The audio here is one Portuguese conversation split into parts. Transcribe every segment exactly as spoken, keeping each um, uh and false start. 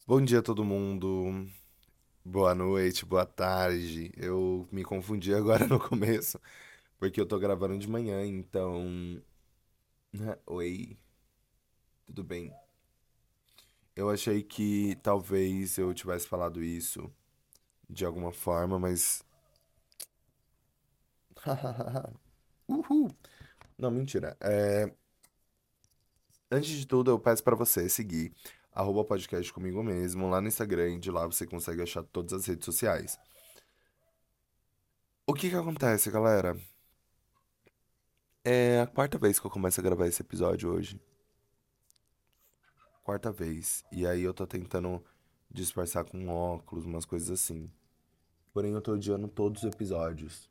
Bom dia, todo mundo. Boa noite, boa tarde. Eu me confundi agora no começo, porque eu tô gravando de manhã, então. né, Oi, tudo bem? Eu achei que talvez eu tivesse falado isso de alguma forma, mas. Uhul! Não, mentira. É, Antes de tudo, eu peço pra você seguir arroba podcast comigo mesmo lá no Instagram e de lá você consegue achar todas as redes sociais. O que que acontece, galera? É a quarta vez que eu começo a gravar esse episódio hoje. Quarta vez. E aí eu tô tentando disfarçar com óculos, umas coisas assim. Porém, eu tô odiando todos os episódios.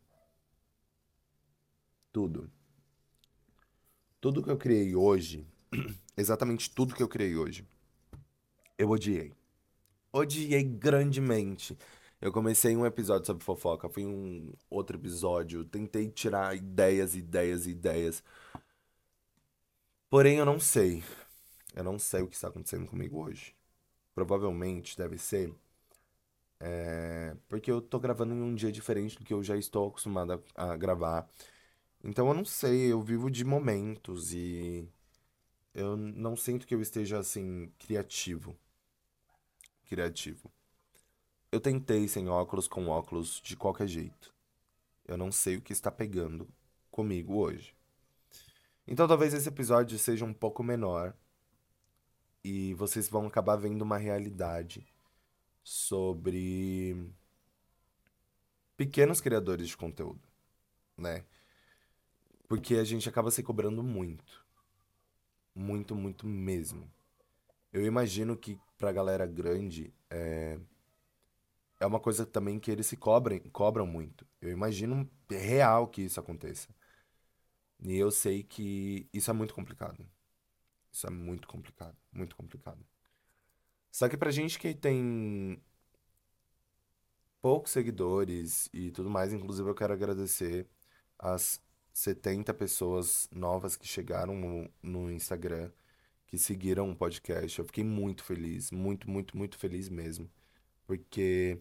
Tudo. Tudo que eu criei hoje, exatamente tudo que eu criei hoje, eu odiei. Odiei grandemente. Eu comecei um episódio sobre fofoca, fui um outro episódio, tentei tirar ideias, ideias, ideias. Porém, eu não sei. Eu não sei o que está acontecendo comigo hoje. Provavelmente deve ser É, porque eu tô gravando em um dia diferente do que eu já estou acostumado a, a gravar. Então eu não sei, eu vivo de momentos e eu não sinto que eu esteja assim, criativo. Criativo. Eu tentei sem óculos, com óculos, de qualquer jeito. Eu não sei o que está pegando comigo hoje. Então talvez esse episódio seja um pouco menor e vocês vão acabar vendo uma realidade sobre pequenos criadores de conteúdo, né? Porque a gente acaba se cobrando muito. Muito, muito mesmo. Eu imagino que pra galera grande é, é uma coisa também que eles se cobrem, cobram muito. Eu imagino real que isso aconteça. E eu sei que isso é muito complicado. Isso é muito complicado, muito complicado. Só que pra gente que tem poucos seguidores e tudo mais, inclusive eu quero agradecer as setenta pessoas novas que chegaram no, no Instagram, que seguiram o podcast. Eu fiquei muito feliz, muito, muito, muito feliz mesmo. Porque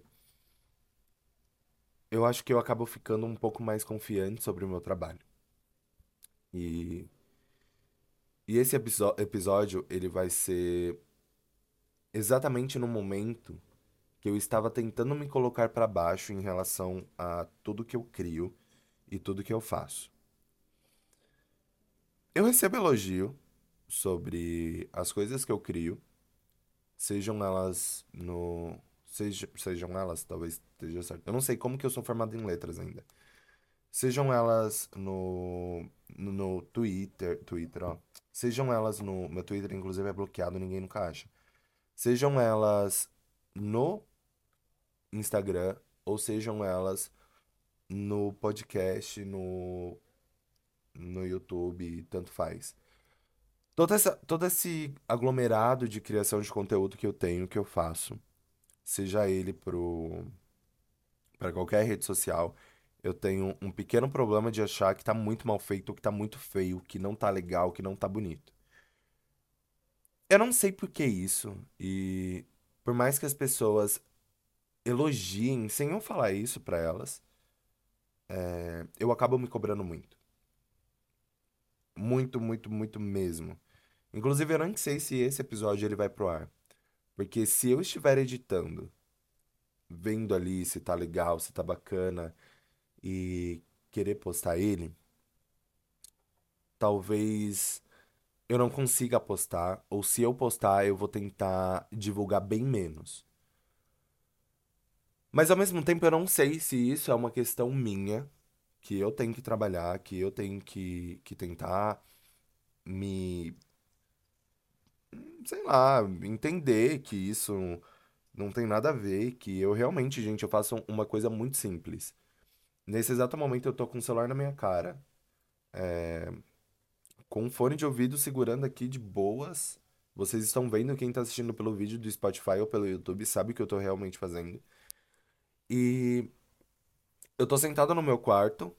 eu acho que eu acabo ficando um pouco mais confiante sobre o meu trabalho. E, e esse episo- episódio, ele vai ser exatamente no momento que eu estava tentando me colocar para baixo em relação a tudo que eu crio e tudo que eu faço. Eu recebo elogio sobre as coisas que eu crio, sejam elas no. Seja, sejam elas, talvez esteja certo. Eu não sei como que eu sou formado em letras ainda. Sejam elas no, no, no Twitter, Twitter, ó. Sejam elas no. Meu Twitter, inclusive, é bloqueado, ninguém nunca acha. Sejam elas no Instagram, ou sejam elas no podcast, no, no YouTube, tanto faz. Todo, essa, todo esse aglomerado de criação de conteúdo que eu tenho, que eu faço, seja ele pro, para qualquer rede social, eu tenho um pequeno problema de achar que tá muito mal feito, que tá muito feio, que não tá legal, que não tá bonito. Eu não sei por que isso, e por mais que as pessoas elogiem sem eu falar isso pra elas, é, eu acabo me cobrando muito. Muito, muito, muito mesmo. Inclusive, eu nem sei se esse episódio ele vai pro ar. Porque se eu estiver editando, vendo ali se tá legal, se tá bacana e querer postar ele, talvez eu não consiga postar, ou se eu postar, eu vou tentar divulgar bem menos. Mas ao mesmo tempo eu não sei se isso é uma questão minha, que eu tenho que trabalhar, que eu tenho que, que tentar me, sei lá, entender que isso não tem nada a ver, que eu realmente, gente, eu faço uma coisa muito simples. Nesse exato momento eu tô com o celular na minha cara, com um fone de ouvido segurando aqui de boas. Vocês estão vendo, quem tá assistindo pelo vídeo do Spotify ou pelo YouTube sabe o que eu tô realmente fazendo. E eu tô sentado no meu quarto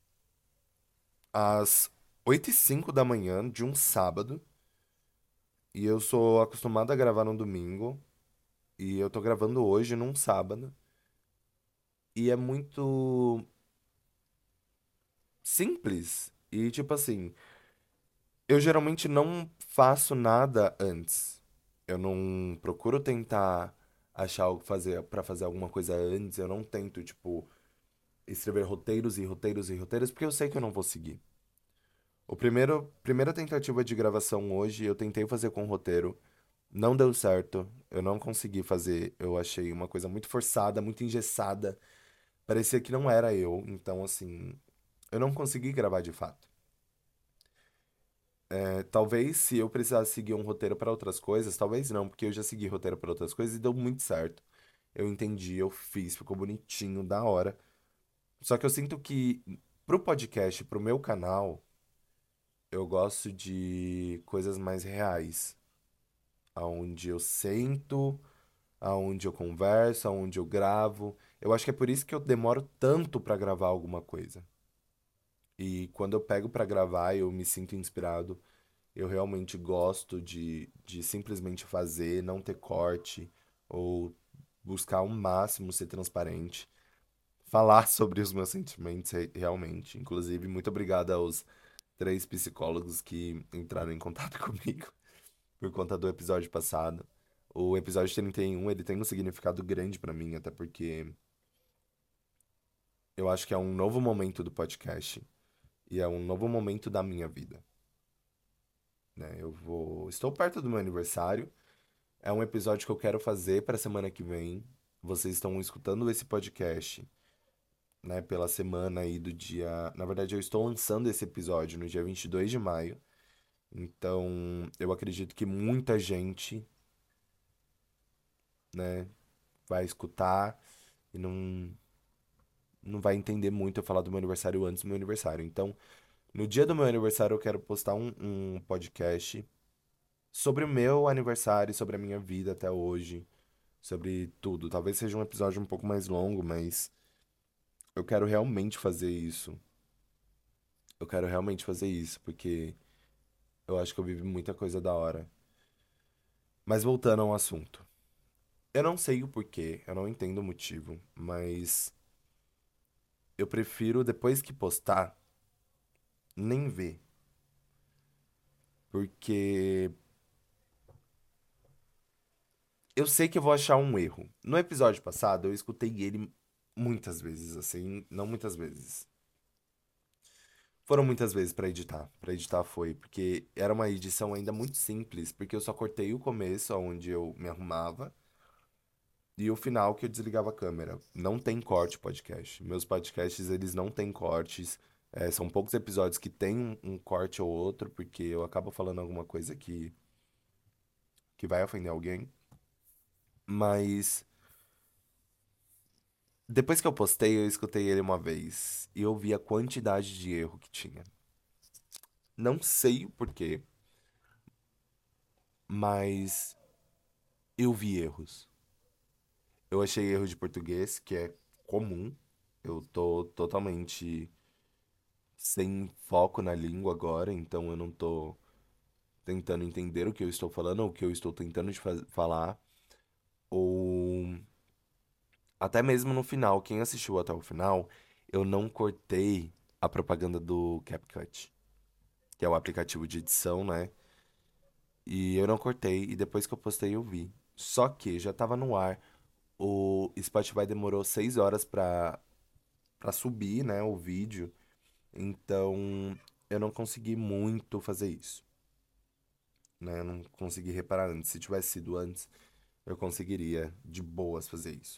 às oito e cinco da manhã de um sábado. E eu sou acostumado a gravar no domingo. E eu tô gravando hoje, num sábado. E é muito simples. E tipo assim, eu geralmente não faço nada antes. Eu não procuro tentar achar algo fazer para fazer alguma coisa antes. Eu não tento, tipo, escrever roteiros e roteiros e roteiros, porque eu sei que eu não vou seguir. O primeiro, primeira tentativa de gravação hoje, eu tentei fazer com roteiro, não deu certo. Eu não consegui fazer. Eu achei uma coisa muito forçada, muito engessada. Parecia que não era eu. Então, assim, eu não consegui gravar de fato. É, talvez se eu precisasse seguir um roteiro para outras coisas, talvez não, porque eu já segui roteiro para outras coisas e deu muito certo. Eu entendi, eu fiz, ficou bonitinho, da hora. Só que eu sinto que pro podcast, pro meu canal, eu gosto de coisas mais reais, aonde eu sento, aonde eu converso, aonde eu gravo. Eu acho que é por isso que eu demoro tanto para gravar alguma coisa. E quando eu pego para gravar, eu me sinto inspirado. Eu realmente gosto de, de simplesmente fazer, não ter corte, ou buscar ao máximo ser transparente. Falar sobre os meus sentimentos re- realmente. Inclusive, muito obrigado aos três psicólogos que entraram em contato comigo por conta do episódio passado. O episódio trinta e um, ele tem um significado grande pra mim, até porque eu acho que é um novo momento do podcast e é um novo momento da minha vida, né? Eu vou, estou perto do meu aniversário. É um episódio que eu quero fazer para semana que vem. Vocês estão escutando esse podcast, né, pela semana aí do dia. Na verdade, eu estou lançando esse episódio no dia vinte e dois de maio. Então, eu acredito que muita gente, né, vai escutar e não, não vai entender muito eu falar do meu aniversário antes do meu aniversário. Então, no dia do meu aniversário, eu quero postar um, um podcast sobre o meu aniversário, sobre a minha vida até hoje, sobre tudo. Talvez seja um episódio um pouco mais longo, mas eu quero realmente fazer isso. Eu quero realmente fazer isso, porque eu acho que eu vivi muita coisa da hora. Mas voltando ao assunto. Eu não sei o porquê, eu não entendo o motivo, mas eu prefiro, depois que postar, nem ver. Porque eu sei que eu vou achar um erro. No episódio passado, eu escutei ele muitas vezes, assim, não muitas vezes. Foram muitas vezes pra editar. Pra editar foi, porque era uma edição ainda muito simples, porque eu só cortei o começo, onde eu me arrumava, e o final que eu desligava a câmera. Não tem corte podcast. Meus podcasts, eles não têm cortes. É, são poucos episódios que tem um, um corte ou outro, porque eu acabo falando alguma coisa que, que vai ofender alguém. Mas depois que eu postei, eu escutei ele uma vez e eu vi a quantidade de erro que tinha. Não sei o porquê, mas eu vi erros. Eu achei erro de português, que é comum. Eu tô totalmente sem foco na língua agora, então eu não tô tentando entender o que eu estou falando ou o que eu estou tentando de faz- falar. Ou até mesmo no final, quem assistiu até o final, eu não cortei a propaganda do CapCut, que é o aplicativo de edição, né? E eu não cortei, e depois que eu postei eu vi. Só que já tava no ar. O Spotify demorou seis horas pra, pra subir, né, o vídeo. Então eu não consegui muito fazer isso, né? Eu não consegui reparar antes. Se tivesse sido antes, eu conseguiria de boas fazer isso.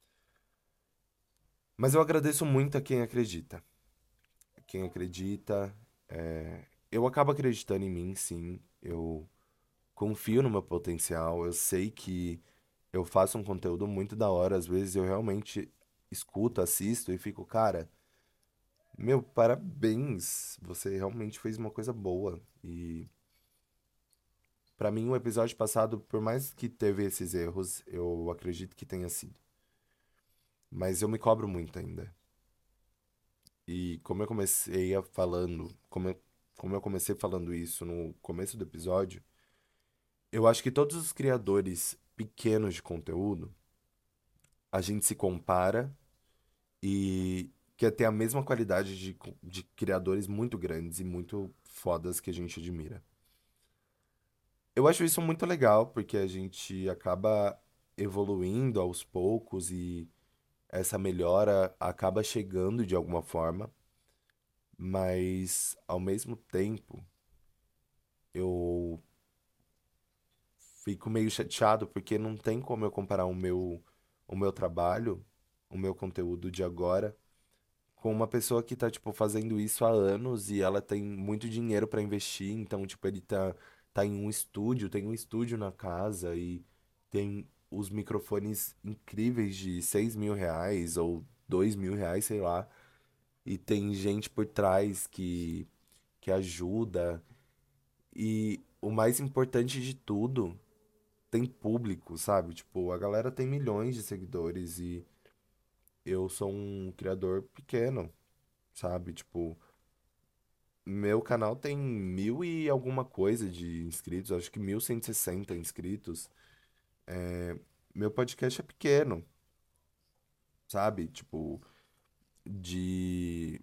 Mas eu agradeço muito a quem acredita. Quem acredita, é, eu acabo acreditando em mim, sim. Eu confio no meu potencial. Eu sei que eu faço um conteúdo muito da hora. Às vezes eu realmente escuto, assisto e fico, cara, meu, parabéns. Você realmente fez uma coisa boa. E pra mim, o episódio passado, por mais que teve esses erros, eu acredito que tenha sido. Mas eu me cobro muito ainda. E como eu comecei a falando, como eu, como eu comecei falando isso no começo do episódio, eu acho que todos os criadores pequenos de conteúdo, a gente se compara e quer ter a mesma qualidade de, co- de criadores muito grandes e muito fodas que a gente admira. Eu acho isso muito legal, porque a gente acaba evoluindo aos poucos e essa melhora acaba chegando de alguma forma, mas ao mesmo tempo eu fico meio chateado porque não tem como eu comparar o meu, o meu trabalho, o meu conteúdo de agora com uma pessoa que tá, tipo, fazendo isso há anos e ela tem muito dinheiro pra investir, então, tipo, ele tá, tá em um estúdio, tem um estúdio na casa e tem os microfones incríveis de seis mil reais ou dois mil reais, sei lá, e tem gente por trás que, que ajuda. E o mais importante de tudo, tem público, sabe? Tipo, a galera tem milhões de seguidores e eu sou um criador pequeno, sabe? Tipo, meu canal tem mil e alguma coisa de inscritos, acho que mil cento e sessenta inscritos. Meu podcast é pequeno, sabe? Tipo, de,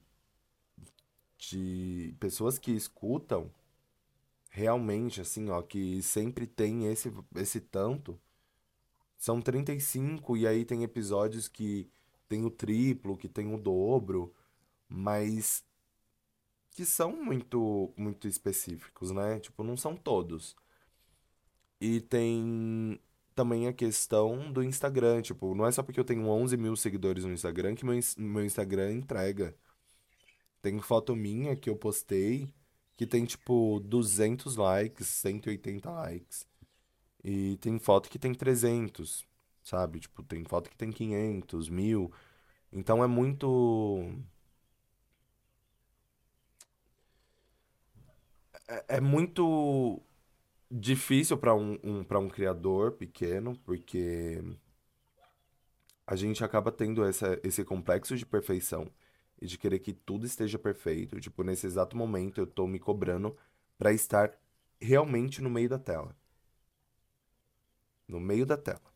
de pessoas que escutam realmente, assim, ó, que sempre tem esse, esse tanto. São trinta e cinco e aí tem episódios que tem o triplo, que tem o dobro, mas que são muito, muito específicos, né? Tipo, não são todos. E tem também a questão do Instagram. Tipo, não é só porque eu tenho onze mil seguidores no Instagram que meu, ins- meu Instagram entrega. Tem foto minha que eu postei que tem, tipo, duzentos likes, cento e oitenta likes. E tem foto que tem trezentos, sabe? Tipo, tem foto que tem quinhentos, mil. Então é muito. É, é muito difícil para um, um, para um criador pequeno, porque a gente acaba tendo essa, esse complexo de perfeição e de querer que tudo esteja perfeito. Tipo, nesse exato momento eu tô me cobrando pra estar realmente no meio da tela. No meio da tela.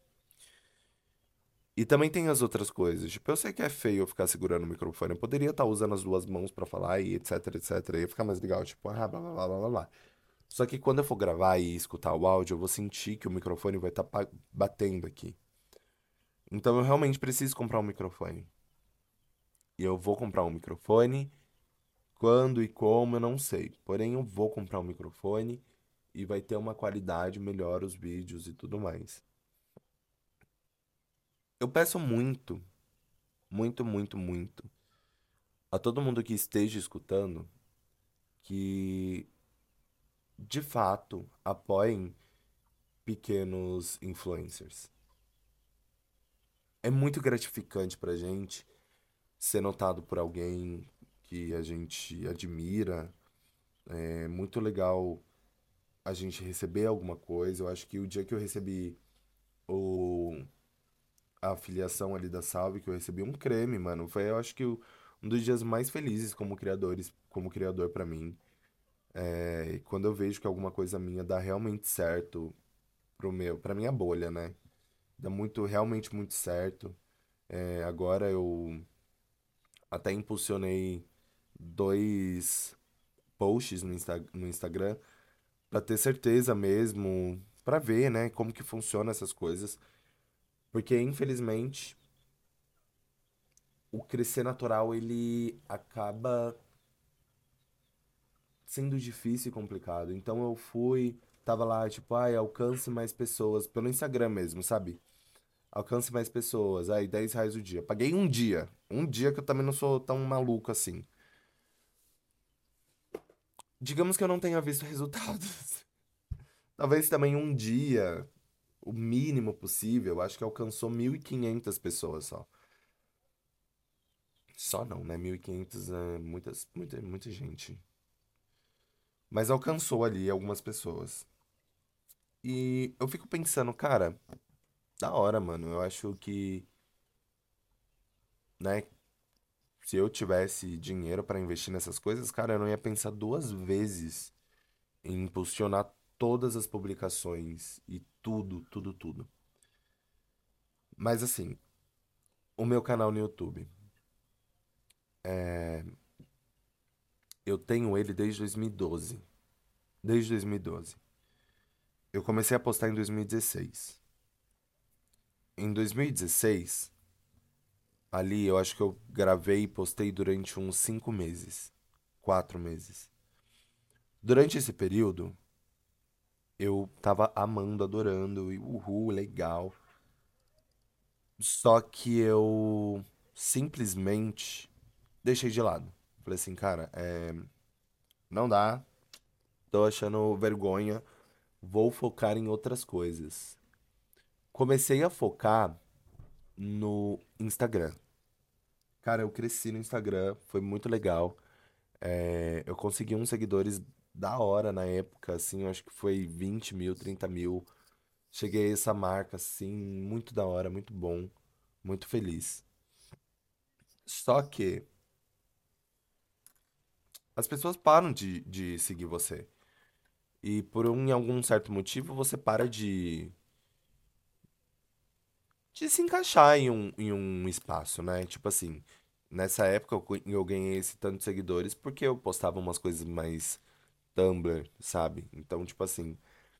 E também tem as outras coisas. Tipo, eu sei que é feio eu ficar segurando o microfone. Eu poderia estar usando as duas mãos pra falar e etc, etc. Ia ficar mais legal. Tipo, ah, blá, blá, blá, blá, blá, blá. Só que quando eu for gravar e escutar o áudio, eu vou sentir que o microfone vai estar batendo aqui. Então eu realmente preciso comprar um microfone. E eu vou comprar um microfone. Quando e como, eu não sei. Porém, eu vou comprar um microfone e vai ter uma qualidade melhor os vídeos e tudo mais. Eu peço muito, muito, muito, muito a todo mundo que esteja escutando que, de fato, apoiem pequenos influencers. É muito gratificante pra gente ser notado por alguém que a gente admira. É muito legal a gente receber alguma coisa. Eu acho que o dia que eu recebi o a afiliação ali da Salve, que eu recebi um creme, mano. Foi, eu acho que o- um dos dias mais felizes como criadores, como criador pra mim. É, e quando eu vejo que alguma coisa minha dá realmente certo pro meu, pra minha bolha, né? Dá muito, realmente muito certo. É, agora eu até impulsionei dois posts no Insta, no Instagram pra ter certeza mesmo, pra ver, né, como que funciona essas coisas. Porque infelizmente o crescer natural ele acaba sendo difícil e complicado. Então eu fui, tava lá, tipo, ai, alcance mais pessoas, pelo Instagram mesmo, sabe? Alcance mais pessoas, aí, dez reais o dia. Paguei um dia. Um dia que eu também não sou tão maluco assim. Digamos que eu não tenha visto resultados. Talvez também um dia, o mínimo possível, acho que alcançou mil e quinhentas pessoas só. Só não, né? Mil e quinhentas é muitas, muita, muita gente. Mas alcançou ali algumas pessoas. E eu fico pensando, cara, da hora, mano. Eu acho que, né, se eu tivesse dinheiro pra investir nessas coisas, cara, eu não ia pensar duas vezes em impulsionar todas as publicações e tudo, tudo, tudo. Mas assim, o meu canal no YouTube, eu tenho ele desde dois mil e doze. Desde dois mil e doze. Eu comecei a postar em dois mil e dezesseis. Em dois mil e dezesseis, ali eu acho que eu gravei e postei durante uns cinco meses. Quatro meses. Durante esse período, eu tava amando, adorando, e uhul, legal. Só que eu simplesmente deixei de lado. Falei assim, cara, é, não dá, tô achando vergonha, vou focar em outras coisas. Comecei a focar no Instagram. Cara, eu cresci no Instagram, foi muito legal. É, eu consegui uns seguidores da hora na época, assim, eu acho que foi vinte mil, trinta mil. Cheguei a essa marca, assim, muito da hora, muito bom, muito feliz. Só que as pessoas param de, de seguir você. E por um, em algum certo motivo você para de, de se encaixar em um, em um espaço, né? Tipo assim, nessa época eu, co- eu ganhei esse tanto de seguidores porque eu postava umas coisas mais Tumblr, sabe? Então, tipo assim,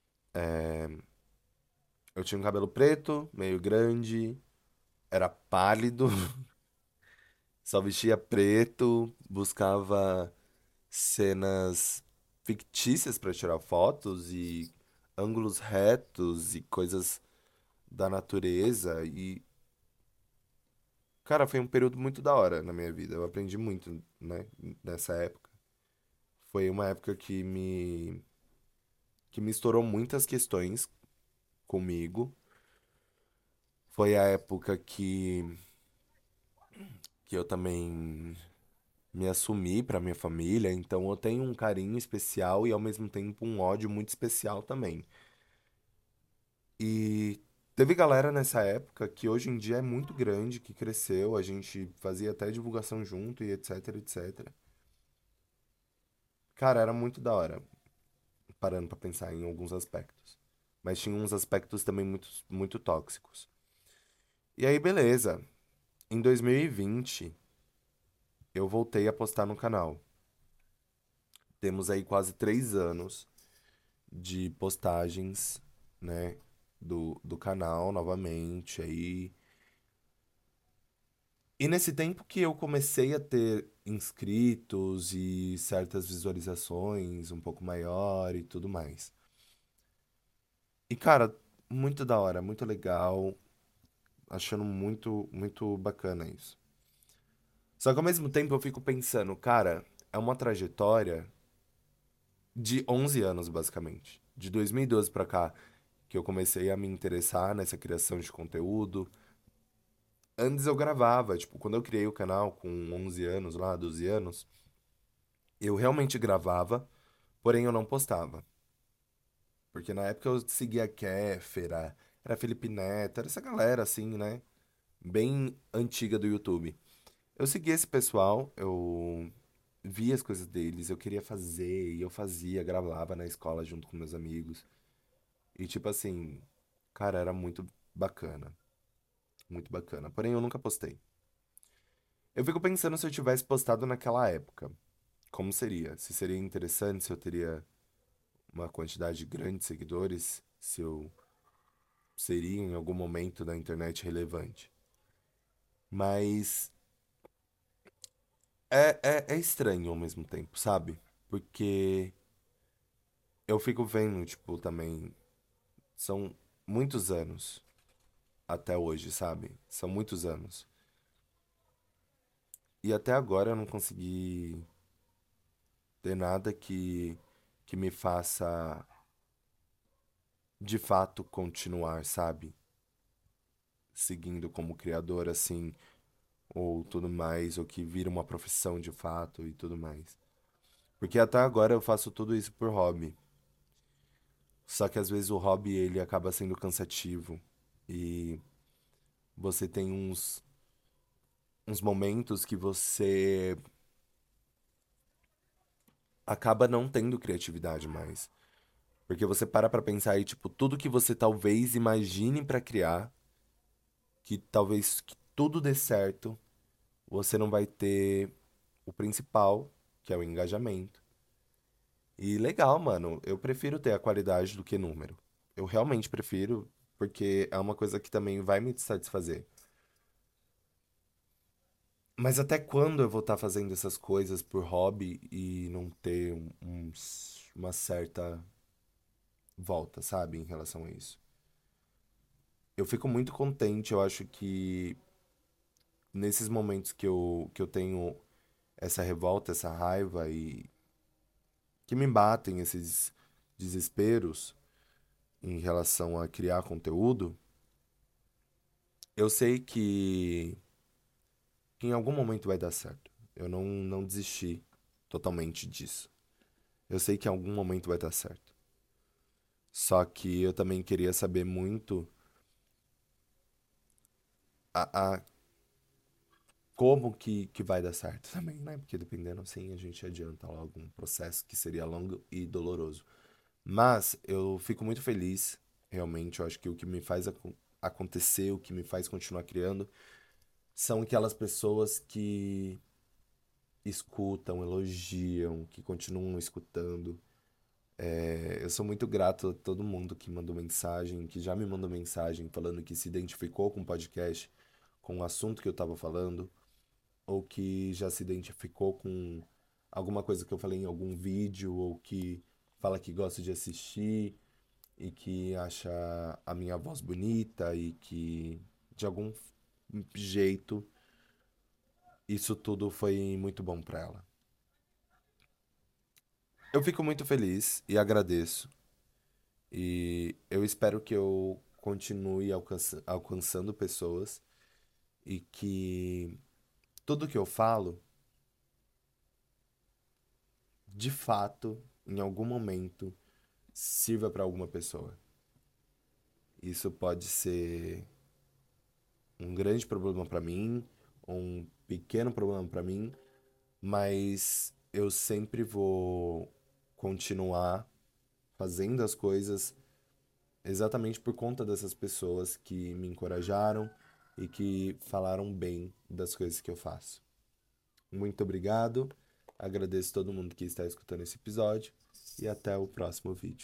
eu tinha um cabelo preto, meio grande, era pálido, só vestia preto, buscava cenas fictícias pra tirar fotos e ângulos retos e coisas da natureza e cara, foi um período muito da hora na minha vida. Eu aprendi muito, né, nessa época. Foi uma época que me que misturou muitas questões comigo. Foi a época que que eu também me assumi pra minha família, então eu tenho um carinho especial e ao mesmo tempo um ódio muito especial também. E teve galera nessa época que hoje em dia é muito grande, que cresceu, a gente fazia até divulgação junto e etc, etcétera. Cara, era muito da hora, parando pra pensar em alguns aspectos. Mas tinha uns aspectos também muito, muito tóxicos. E aí, beleza. Em dois mil e vinte, eu voltei a postar no canal. Temos aí quase três anos de postagens, né, do, do canal novamente. Aí e nesse tempo que eu comecei a ter inscritos e certas visualizações um pouco maior e tudo mais. E cara, muito da hora, muito legal, achando muito, muito bacana isso. Só que ao mesmo tempo eu fico pensando, cara, é uma trajetória de onze anos basicamente. De dois mil e doze pra cá, que eu comecei a me interessar nessa criação de conteúdo. Antes eu gravava, tipo, quando eu criei o canal com onze anos lá, doze anos, eu realmente gravava, porém eu não postava. Porque na época eu seguia a Kéfera, era Felipe Neto, era essa galera assim, né? Bem antiga do YouTube. Eu seguia esse pessoal, eu via as coisas deles, eu queria fazer, e eu fazia, gravava na escola junto com meus amigos. E tipo assim, cara, era muito bacana, muito bacana. Porém eu nunca postei. Eu fico pensando se eu tivesse postado naquela época, como seria? Se seria interessante, se eu teria uma quantidade grande de seguidores, se eu seria em algum momento da internet relevante. Mas é, é, é estranho ao mesmo tempo, sabe? Porque eu fico vendo, tipo, também. São muitos anos até hoje, sabe? São muitos anos. E até agora eu não consegui ter nada que, que me faça de fato continuar, sabe? Seguindo como criador, assim, ou tudo mais, ou que vira uma profissão de fato e tudo mais. Porque até agora eu faço tudo isso por hobby. Só que às vezes o hobby ele acaba sendo cansativo e você tem uns, uns momentos que você acaba não tendo criatividade mais. Porque você para pra pensar aí, tipo, tudo que você talvez imagine pra criar, que talvez que tudo dê certo, você não vai ter o principal, que é o engajamento. E legal, mano. Eu prefiro ter a qualidade do que número. Eu realmente prefiro, porque é uma coisa que também vai me satisfazer. Mas até quando eu vou estar fazendo essas coisas por hobby e não ter um- um- uma certa volta, sabe, em relação a isso? Eu fico muito contente, eu acho que nesses momentos que eu, que eu tenho essa revolta, essa raiva e que me batem esses desesperos em relação a criar conteúdo, eu sei que, que em algum momento vai dar certo. Eu não, não desisti totalmente disso. Eu sei que em algum momento vai dar certo. Só que eu também queria saber muito a, a como que, que vai dar certo também, né? Porque dependendo assim, a gente adianta logo um processo que seria longo e doloroso. Mas eu fico muito feliz, realmente. Eu acho que o que me faz acon- acontecer, o que me faz continuar criando, são aquelas pessoas que escutam, elogiam, que continuam escutando. É, eu sou muito grato a todo mundo que mandou mensagem, que já me mandou mensagem falando que se identificou com o podcast, com o assunto que eu estava falando, ou que já se identificou com alguma coisa que eu falei em algum vídeo, ou que fala que gosta de assistir e que acha a minha voz bonita e que de algum jeito isso tudo foi muito bom para ela. Eu fico muito feliz e agradeço. E eu espero que eu continue alcança- alcançando pessoas e que tudo que eu falo, de fato, em algum momento, sirva para alguma pessoa. Isso pode ser um grande problema para mim, um pequeno problema para mim, mas eu sempre vou continuar fazendo as coisas exatamente por conta dessas pessoas que me encorajaram e que falaram bem das coisas que eu faço. Muito obrigado, agradeço todo mundo que está escutando esse episódio e até o próximo vídeo.